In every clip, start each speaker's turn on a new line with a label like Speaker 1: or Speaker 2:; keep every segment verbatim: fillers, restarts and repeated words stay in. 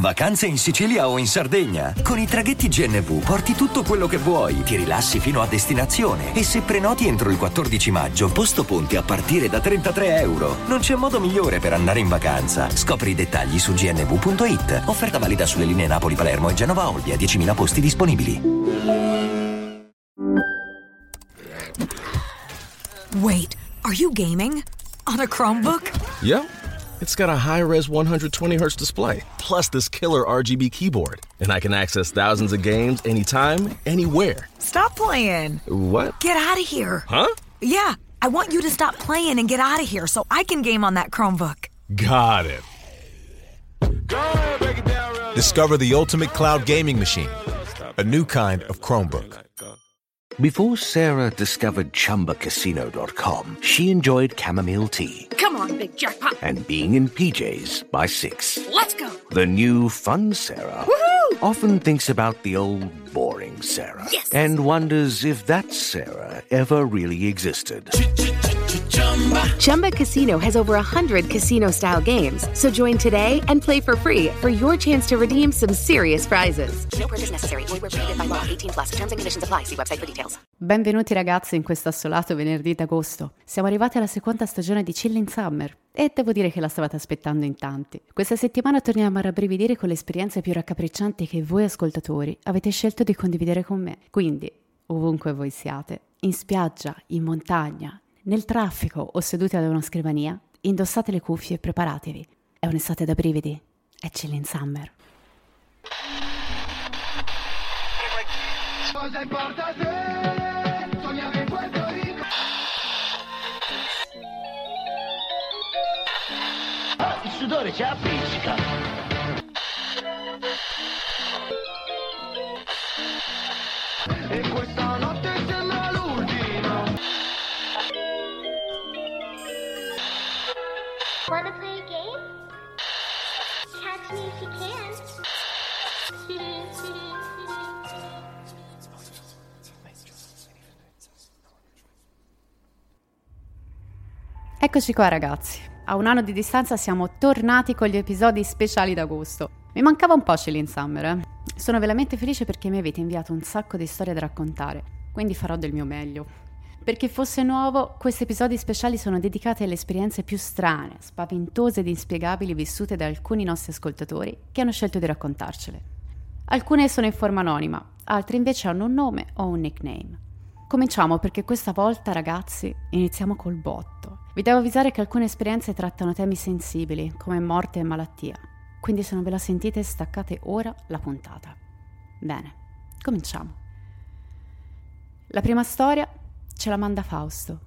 Speaker 1: Vacanze in Sicilia o in Sardegna? Con i traghetti G N V porti tutto quello che vuoi, ti rilassi fino a destinazione e se prenoti entro il quattordici maggio, posto ponti a partire da trentatré euro. Non c'è modo migliore per andare in vacanza. Scopri i dettagli su g n v punto i t. Offerta valida sulle linee Napoli-Palermo e Genova-Olbia, diecimila posti disponibili.
Speaker 2: Wait, are you gaming? On a Chromebook?
Speaker 3: Yep. It's got a high-res one twenty hertz display, plus this killer R G B keyboard. And I can access thousands of games anytime, anywhere.
Speaker 2: Stop playing.
Speaker 3: What?
Speaker 2: Get out of here.
Speaker 3: Huh?
Speaker 2: Yeah, I want you to stop playing and get out of here so I can game on that Chromebook.
Speaker 3: Got it.
Speaker 4: Discover the ultimate cloud gaming machine. A new kind of Chromebook.
Speaker 5: Before Sarah discovered Chumba Casino dot com, she enjoyed chamomile tea.
Speaker 6: Come on, big jackpot.
Speaker 5: And being in P Js by six.
Speaker 6: Let's go.
Speaker 5: The new fun Sarah
Speaker 6: Woohoo!
Speaker 5: often thinks about the old boring Sarah.
Speaker 6: Yes.
Speaker 5: And wonders if that Sarah ever really existed.
Speaker 7: Chumba Casino has over one hundred casino-style games. So join today and play for free for your chance to redeem some serious prizes.
Speaker 8: No purchase necessary. Void where prohibited by law. eighteen plus. Terms and conditions apply. See website for details.
Speaker 9: Benvenuti ragazzi in questo assolato venerdì d'agosto. Siamo arrivati alla seconda stagione di Chillin' Summer e devo dire che la stavate aspettando in tanti. Questa settimana torniamo a rabbrividire con le esperienze più raccapriccianti che voi ascoltatori avete scelto di condividere con me. Quindi, ovunque voi siate, in spiaggia, in montagna, nel traffico o seduti ad una scrivania, indossate le cuffie e preparatevi. È un'estate da brividi. È Chillin' Summer.
Speaker 10: Cosa importa se sogniamo in Puerto Rico?
Speaker 11: Ah, il sudore ci appiccica.
Speaker 10: E questa notte sembra l'ultima.
Speaker 12: Wanna play a game? Catch me if you can.
Speaker 9: Eccoci qua ragazzi, a un anno di distanza siamo tornati con gli episodi speciali d'agosto. Mi mancava un po' Chillin' Summer, eh? Sono veramente felice perché mi avete inviato un sacco di storie da raccontare, quindi farò del mio meglio. Per chi fosse nuovo, questi episodi speciali sono dedicati alle esperienze più strane, spaventose ed inspiegabili vissute da alcuni nostri ascoltatori che hanno scelto di raccontarcele. Alcune sono in forma anonima, altre invece hanno un nome o un nickname. Cominciamo perché questa volta, ragazzi, iniziamo col botto. Vi devo avvisare che alcune esperienze trattano temi sensibili, come morte e malattia. Quindi se non ve la sentite, staccate ora la puntata. Bene, cominciamo. La prima storia ce la manda Fausto.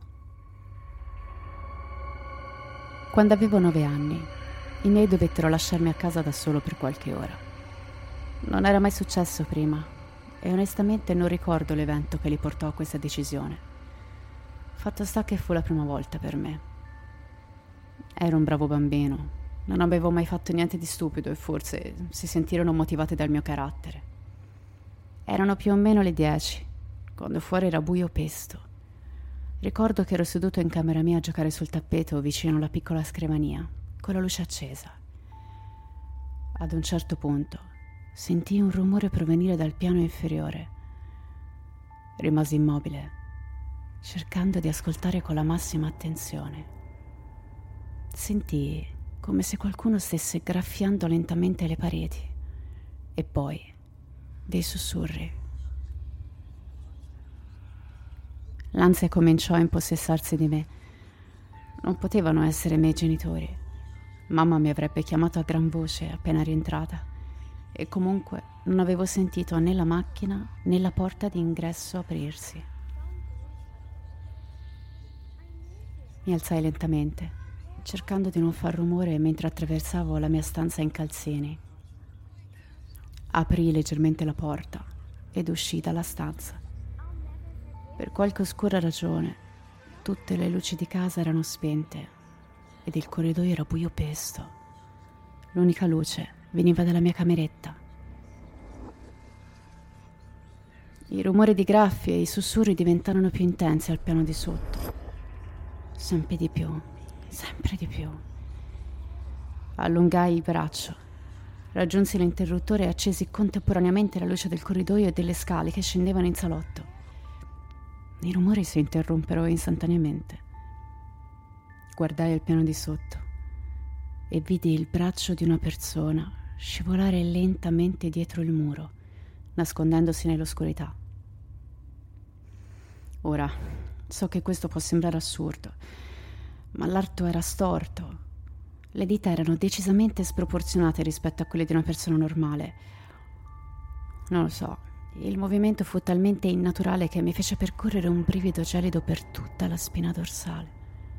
Speaker 9: Quando avevo nove anni, i miei dovettero lasciarmi a casa da solo per qualche ora. Non era mai successo prima e onestamente non ricordo l'evento che li portò a questa decisione. Fatto sta che fu la prima volta per me. Ero un bravo bambino, non avevo mai fatto niente di stupido e forse si sentirono motivate dal mio carattere. Erano più o meno le dieci, quando fuori era buio pesto. Ricordo che ero seduto in camera mia a giocare sul tappeto vicino alla piccola scrivania, con la luce accesa. Ad un certo punto sentii un rumore provenire dal piano inferiore. Rimasi immobile, cercando di ascoltare con la massima attenzione. Sentii come se qualcuno stesse graffiando lentamente le pareti e poi dei sussurri. L'ansia cominciò a impossessarsi di me. Non potevano essere i miei genitori. Mamma mi avrebbe chiamato a gran voce appena rientrata e comunque non avevo sentito né la macchina né la porta di ingresso aprirsi. Mi alzai lentamente, cercando di non far rumore mentre attraversavo la mia stanza in calzini. Aprii leggermente la porta ed uscii dalla stanza. Per qualche oscura ragione, tutte le luci di casa erano spente ed il corridoio era buio pesto. L'unica luce veniva dalla mia cameretta. I rumori di graffie e i sussurri diventarono più intensi al piano di sotto. Sempre di più, sempre di più. Allungai il braccio, Raggiunsi l'interruttore e accesi contemporaneamente la luce del corridoio e delle scale che scendevano in salotto. I rumori si interruppero istantaneamente. Guardai al piano di sotto e vidi il braccio di una persona scivolare lentamente dietro il muro, nascondendosi nell'oscurità. Ora, so che questo può sembrare assurdo, ma l'arto era storto. Le dita erano decisamente sproporzionate rispetto a quelle di una persona normale. Non lo so, il movimento fu talmente innaturale che mi fece percorrere un brivido gelido per tutta la spina dorsale.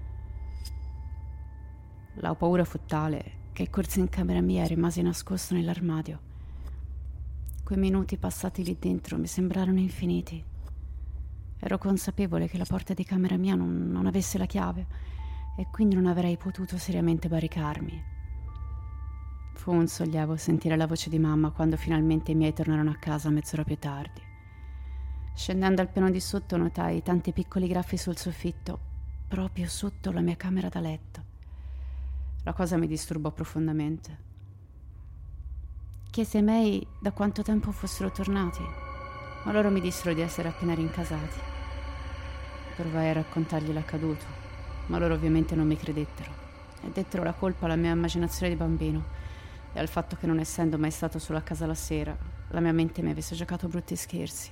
Speaker 9: La paura fu tale che corsi in camera mia e rimasi nascosto nell'armadio. Quei minuti passati lì dentro mi sembrarono infiniti. Ero consapevole che la porta di camera mia non, non avesse la chiave e quindi non avrei potuto seriamente barricarmi. Fu un sollievo sentire la voce di mamma quando finalmente i miei tornarono a casa mezz'ora più tardi. Scendendo al piano di sotto notai tanti piccoli graffi sul soffitto, proprio sotto la mia camera da letto. La cosa mi disturbò profondamente. Chiesi ai miei da quanto tempo fossero tornati, ma loro mi dissero di essere appena rincasati. Provai a raccontargli l'accaduto, ma loro ovviamente non mi credettero e dettero la colpa alla mia immaginazione di bambino e al fatto che, non essendo mai stato solo a casa la sera, la mia mente mi avesse giocato brutti scherzi.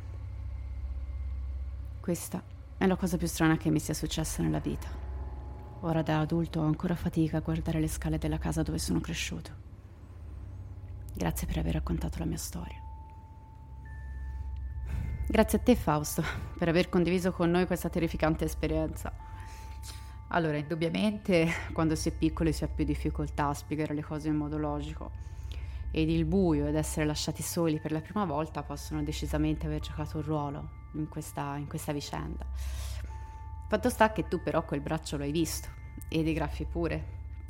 Speaker 9: Questa è la cosa più strana che mi sia successa nella vita. Ora da adulto ho ancora fatica a guardare le scale della casa dove sono cresciuto. Grazie per aver raccontato la mia storia. Grazie a te, Fausto, per aver condiviso con noi questa terrificante esperienza.
Speaker 6: Allora, indubbiamente, quando si è piccoli si ha più difficoltà a spiegare le cose in modo logico. Ed il buio ed essere lasciati soli per la prima volta possono decisamente aver giocato un ruolo in questa, in questa vicenda. Fatto sta che tu però quel braccio lo hai visto, ed i graffi pure.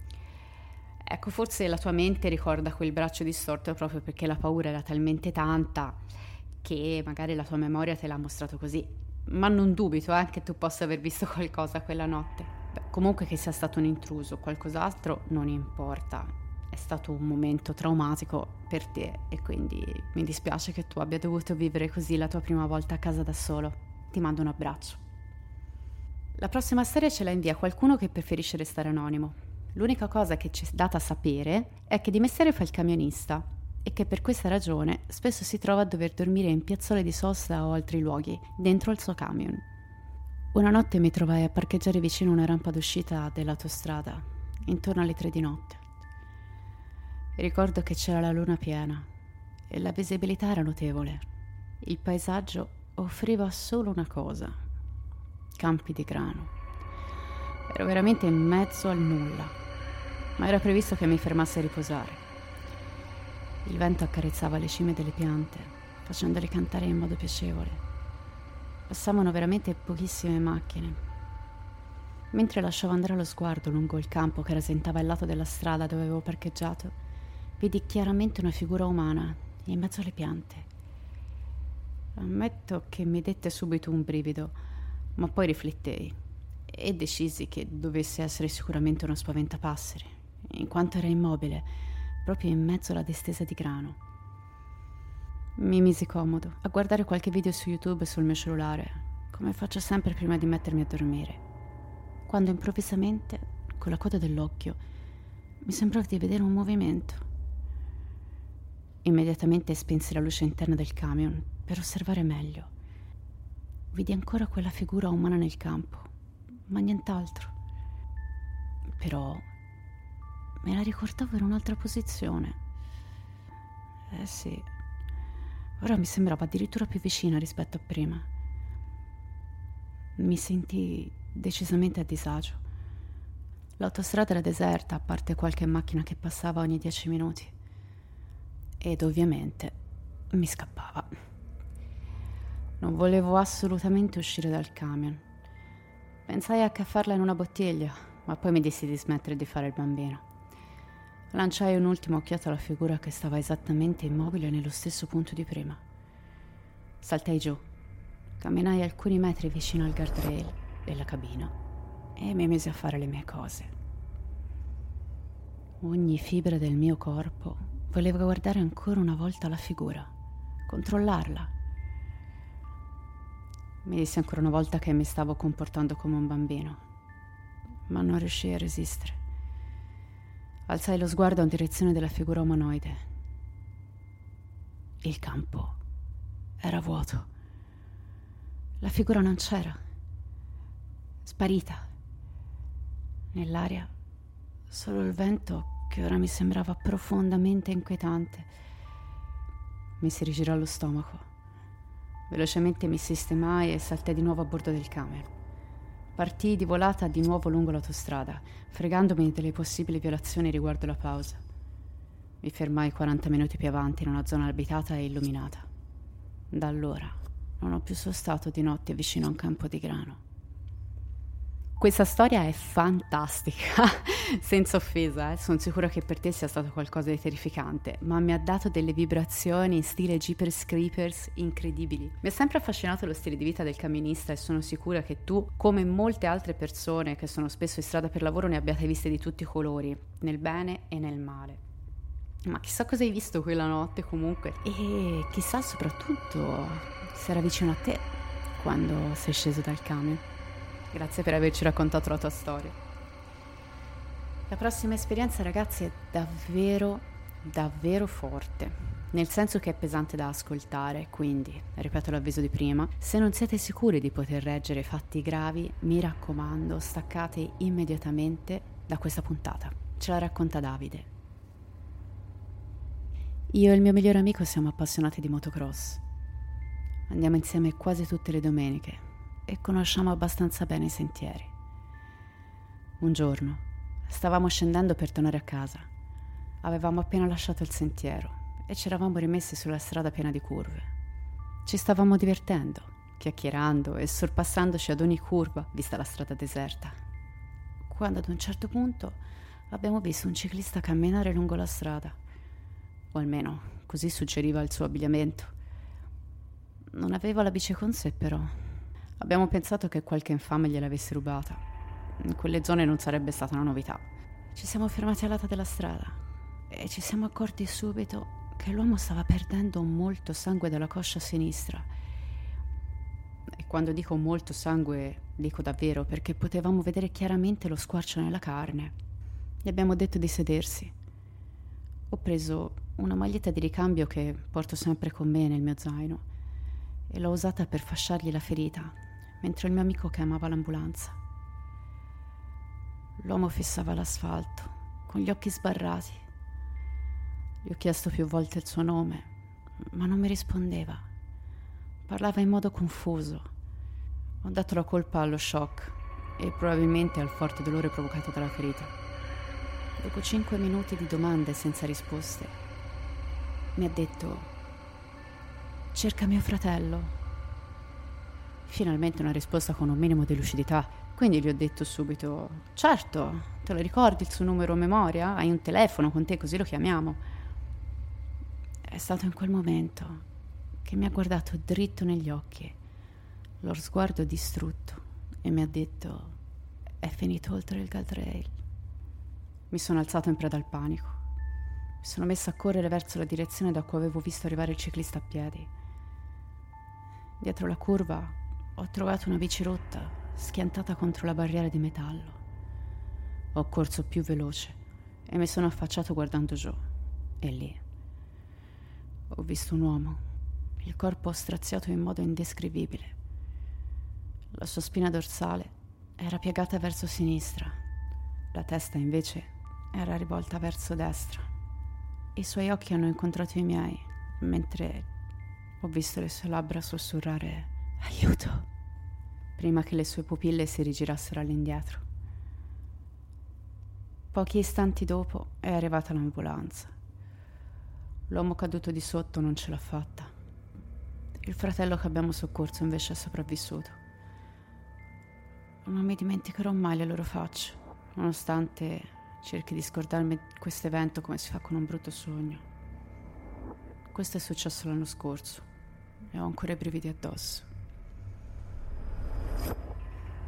Speaker 6: Ecco, forse la tua mente ricorda quel braccio distorto proprio perché la paura era talmente tanta che magari la tua memoria te l'ha mostrato così. Ma non dubito eh, che tu possa aver visto qualcosa quella notte. Beh, comunque che sia stato un intruso o qualcos'altro non importa. È stato un momento traumatico per te e quindi mi dispiace che tu abbia dovuto vivere così la tua prima volta a casa da solo. Ti mando un abbraccio. La prossima storia ce la invia qualcuno che preferisce restare anonimo. L'unica cosa che ci è data a sapere è che di mestiere fa il camionista e che per questa ragione spesso si trova a dover dormire in piazzole di sosta o altri luoghi dentro il suo camion. Una notte mi trovai a parcheggiare vicino a una rampa d'uscita dell'autostrada, intorno alle tre di notte. Ricordo che c'era la luna piena e la visibilità era notevole. Il paesaggio offriva solo una cosa: campi di grano. Ero veramente in mezzo al nulla, ma era previsto che mi fermassi a riposare. Il vento accarezzava le cime delle piante, facendole cantare in modo piacevole. Passavano veramente pochissime macchine. Mentre lasciavo andare lo sguardo lungo il campo che rasentava il lato della strada dove avevo parcheggiato, vidi chiaramente una figura umana in mezzo alle piante. Ammetto che mi dette subito un brivido, ma poi riflettei e decisi che dovesse essere sicuramente uno spaventapasseri, in quanto era immobile, proprio in mezzo alla distesa di grano. Mi misi comodo a guardare qualche video su YouTube sul mio cellulare, come faccio sempre prima di mettermi a dormire, quando improvvisamente, con la coda dell'occhio, mi sembrò di vedere un movimento. Immediatamente spensi la luce interna del camion per osservare meglio. Vidi ancora quella figura umana nel campo, ma nient'altro. Però me la ricordavo in un'altra posizione. Eh sì, ora mi sembrava addirittura più vicina rispetto a prima. Mi sentii decisamente a disagio. L'autostrada era deserta, a parte qualche macchina che passava ogni dieci minuti. Ed ovviamente mi scappava. Non volevo assolutamente uscire dal camion. Pensai a accaffarla in una bottiglia, ma poi mi dissi di smettere di fare il bambino. Lanciai un'ultima occhiata alla figura che stava esattamente immobile nello stesso punto di prima. Saltai giù, camminai alcuni metri vicino al guardrail della cabina e mi misi a fare le mie cose. Ogni fibra del mio corpo
Speaker 9: Volevo guardare ancora una volta la figura, controllarla. Mi dissi ancora una volta che mi stavo comportando come un bambino, ma non riuscii a resistere. Alzai lo sguardo in direzione della figura umanoide. Il campo era vuoto. La figura non c'era. Sparita. Nell'aria solo il vento che ora mi sembrava profondamente inquietante. Mi si rigirò lo stomaco. Velocemente mi sistemai e saltai di nuovo a bordo del camion. Partii di volata di nuovo lungo l'autostrada, fregandomi delle possibili violazioni riguardo la pausa. Mi fermai quaranta minuti più avanti in una zona abitata e illuminata. Da allora non ho più sostato di notte vicino a un campo di grano. Questa storia è fantastica, senza offesa, eh. Sono sicura che per te sia stato qualcosa di terrificante, ma mi ha dato delle vibrazioni in stile Jeepers Creepers incredibili. Mi ha sempre affascinato lo stile di vita del camionista e sono sicura che tu, come molte altre persone che sono spesso in strada per lavoro, ne abbiate viste di tutti i colori, nel bene e nel male. Ma chissà cosa hai visto quella notte comunque, e chissà soprattutto se era vicino a te quando sei sceso dal camion. Grazie per averci raccontato la tua storia. La prossima esperienza, ragazzi, è davvero, davvero forte, nel senso che è pesante da ascoltare, quindi, ripeto l'avviso di prima, se non siete sicuri di poter reggere fatti gravi, mi raccomando, staccate immediatamente da questa puntata. Ce la racconta Davide. Io e il mio migliore amico siamo appassionati di motocross. Andiamo insieme quasi tutte le domeniche e conosciamo abbastanza bene i sentieri. Un giorno stavamo scendendo per tornare a casa. Avevamo appena lasciato il sentiero e ci eravamo rimessi sulla strada piena di curve. Ci stavamo divertendo, chiacchierando e sorpassandoci ad ogni curva, vista la strada deserta. Quando ad un certo punto abbiamo visto un ciclista camminare lungo la strada, o almeno così suggeriva il suo abbigliamento. Non aveva la bici con sé, però. Abbiamo pensato che qualche infame gliel'avesse rubata. In quelle zone non sarebbe stata una novità. Ci siamo fermati al lato della strada e ci siamo accorti subito che l'uomo stava perdendo molto sangue dalla coscia sinistra. E quando dico molto sangue, dico davvero, perché potevamo vedere chiaramente lo squarcio nella carne. Gli abbiamo detto di sedersi. Ho preso una maglietta di ricambio che porto sempre con me nel mio zaino e l'ho usata per fasciargli la ferita, mentre il mio amico chiamava l'ambulanza. L'uomo fissava l'asfalto, con gli occhi sbarrati. Gli ho chiesto più volte il suo nome, ma non mi rispondeva. Parlava in modo confuso. Ho dato la colpa allo shock e probabilmente al forte dolore provocato dalla ferita. Dopo cinque minuti di domande senza risposte, mi ha detto: cerca mio fratello. Finalmente una risposta con un minimo di lucidità, quindi gli ho detto subito: certo, te lo ricordi il suo numero a memoria? Hai un telefono con te, così lo chiamiamo. È stato in quel momento che mi ha guardato dritto negli occhi, lo sguardo distrutto, e mi ha detto: è finito oltre il guardrail. Mi sono alzato in preda al panico. Mi sono messa a correre verso la direzione da cui avevo visto arrivare il ciclista a piedi. Dietro la curva ho trovato una bici rotta, schiantata contro la barriera di metallo. Ho corso più veloce e mi sono affacciato guardando giù. E lì ho visto un uomo, il corpo straziato in modo indescrivibile. La sua spina dorsale era piegata verso sinistra, la testa invece era rivolta verso destra. I suoi occhi hanno incontrato i miei, mentre ho visto le sue labbra sussurrare aiuto, prima che le sue pupille si rigirassero all'indietro. Pochi istanti dopo è arrivata l'ambulanza. L'uomo caduto di sotto non ce l'ha fatta. Il fratello che abbiamo soccorso invece è sopravvissuto. Non mi dimenticherò mai le loro facce, nonostante cerchi di scordarmi questo evento come si fa con un brutto sogno. Questo è successo l'anno scorso e ho ancora i brividi addosso.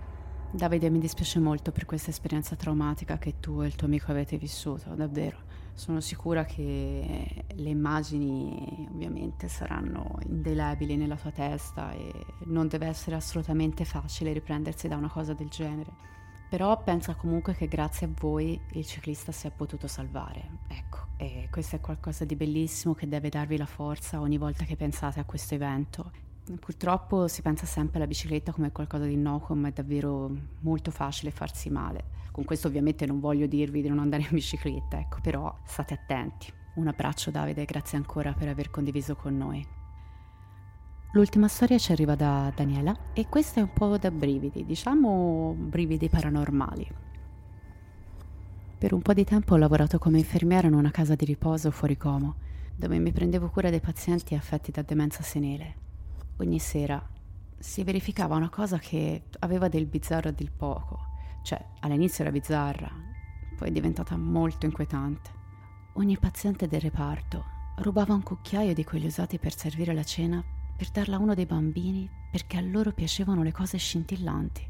Speaker 9: Davide, mi dispiace molto per questa esperienza traumatica che tu e il tuo amico avete vissuto, davvero.
Speaker 6: Sono sicura che le immagini ovviamente saranno indelebili nella tua testa e non deve essere assolutamente facile riprendersi da una cosa del genere. Però pensa comunque che grazie a voi il ciclista si è potuto salvare. Ecco, e questo è qualcosa di bellissimo che deve darvi la forza ogni volta che pensate a questo evento. Purtroppo si pensa sempre alla bicicletta come qualcosa di innocuo, ma è davvero molto facile farsi male. Con questo ovviamente non voglio dirvi di non andare in bicicletta, ecco, però state attenti. Un abbraccio Davide, grazie ancora per aver condiviso con noi. L'ultima storia ci arriva da Daniela e questa è un po' da brividi, diciamo brividi paranormali. Per un po' di tempo ho lavorato come infermiera in una casa di riposo fuori Como, dove mi prendevo cura dei pazienti affetti da demenza senile. Ogni sera si verificava una cosa che aveva del bizzarro a dir poco. Cioè, all'inizio era bizzarra, poi è diventata molto inquietante. Ogni paziente del reparto rubava un cucchiaio di quelli usati per servire la cena per darla a uno dei bambini perché a loro piacevano le cose scintillanti.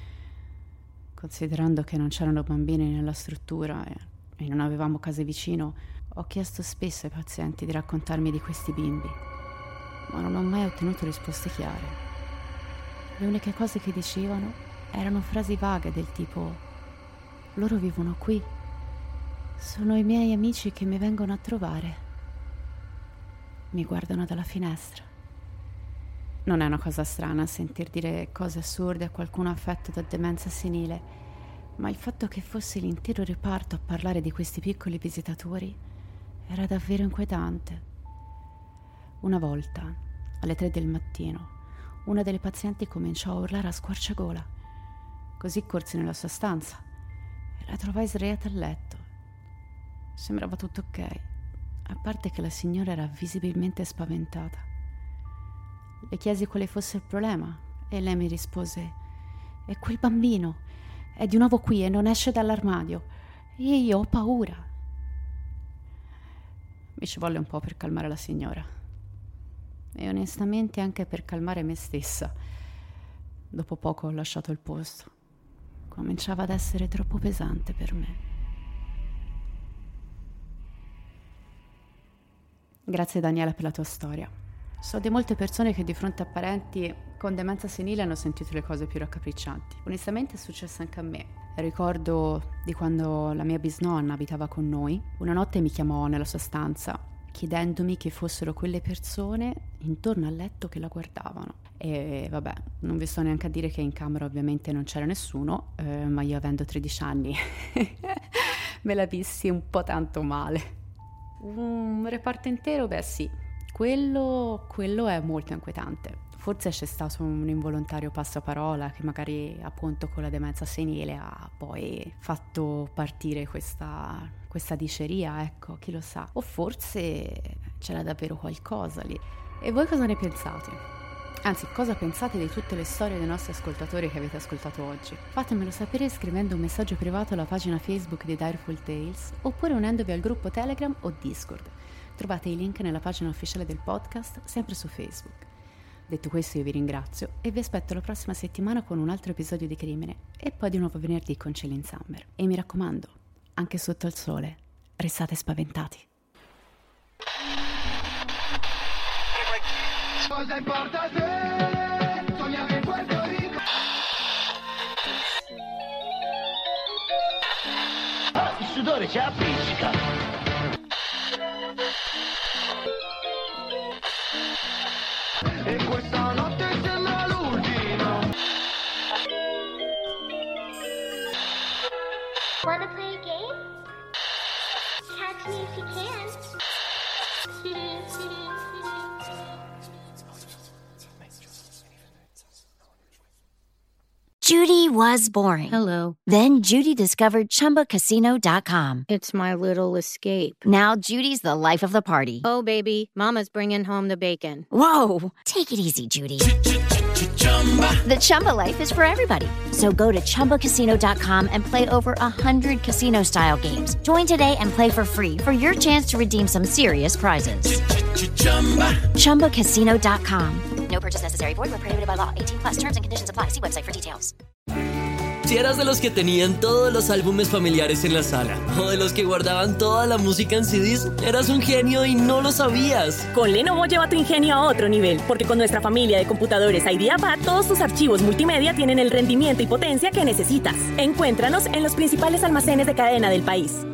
Speaker 6: Considerando che non c'erano bambini nella struttura e, e non avevamo case vicino, ho chiesto spesso ai pazienti di raccontarmi di questi bimbi, ma non ho mai ottenuto risposte chiare. Le uniche cose che dicevano erano frasi vaghe del tipo: loro vivono qui, sono i miei amici che mi vengono a trovare, mi guardano dalla finestra. Non è una cosa strana sentir dire cose assurde a qualcuno affetto da demenza senile, ma il fatto che fosse l'intero reparto a parlare di questi piccoli visitatori era davvero inquietante. Una volta, alle tre del mattino, una delle pazienti cominciò a urlare a squarciagola. Così corsi nella sua stanza e la trovai sdraiata a letto. Sembrava tutto ok, a parte che la signora era visibilmente spaventata. Le chiesi quale fosse il problema e lei mi rispose: è quel bambino, è di nuovo qui e non esce dall'armadio e io ho paura. Mi ci volle un po' per calmare la signora e onestamente anche per calmare me stessa. Dopo poco ho lasciato il posto. Cominciava ad essere troppo pesante per me. Grazie Daniela per la tua storia. So di molte persone che di fronte a parenti con demenza senile hanno sentito le cose più raccapriccianti. Onestamente è successo anche a me. Ricordo di quando la mia bisnonna abitava con noi. Una notte mi chiamò nella sua stanza chiedendomi chi fossero quelle persone intorno al letto che la guardavano. E vabbè, non vi sto neanche a dire che in camera ovviamente non c'era nessuno, eh, ma io avendo tredici anni me la vissi un po' tanto male. Un reparto intero, beh sì, quello, quello è molto inquietante. Forse c'è stato un involontario passaparola che magari appunto con la demenza senile ha poi fatto partire questa, questa diceria, ecco, chi lo sa. O forse c'era davvero qualcosa lì. E voi cosa ne pensate? Anzi, cosa pensate di tutte le storie dei nostri ascoltatori che avete ascoltato oggi? Fatemelo sapere scrivendo un messaggio privato alla pagina Facebook di Direful Tales oppure unendovi al gruppo Telegram o Discord. Trovate i link nella pagina ufficiale del podcast, sempre su Facebook. Detto questo io vi ringrazio e vi aspetto la prossima settimana con un altro episodio di Crimine e poi di nuovo venerdì con Celine Summer. E mi raccomando, anche sotto il sole, restate spaventati.
Speaker 10: Cosa importa se sogniamo in Puerto Rico?
Speaker 11: Ah, il sudore ci appiccica.
Speaker 10: E questa notte sembra l'ultima.
Speaker 12: Wanna play a game? Catch me if you can.
Speaker 13: Judy was boring.
Speaker 14: Hello.
Speaker 13: Then Judy discovered Chumba Casino dot com.
Speaker 14: It's my little escape.
Speaker 13: Now Judy's the life of the party.
Speaker 14: Oh, baby, mama's bringing home the bacon.
Speaker 13: Whoa, take it easy, Judy. The Chumba life is for everybody. So go to Chumba Casino dot com and play over one hundred casino-style games. Join today and play for free for your chance to redeem some serious prizes. Chumba Casino dot com.
Speaker 8: No purchase necessary. Void where prohibited by law. eighteen plus terms and conditions apply. See website for details.
Speaker 15: Si eras de los que tenían todos los álbumes familiares en la sala o de los que guardaban toda la música en C Ds, eras un genio y no lo sabías.
Speaker 16: Con Lenovo lleva tu ingenio a otro nivel, porque con nuestra familia de computadores IdeaPad, todos tus archivos multimedia tienen el rendimiento y potencia que necesitas. Encuéntranos en los principales almacenes de cadena del país.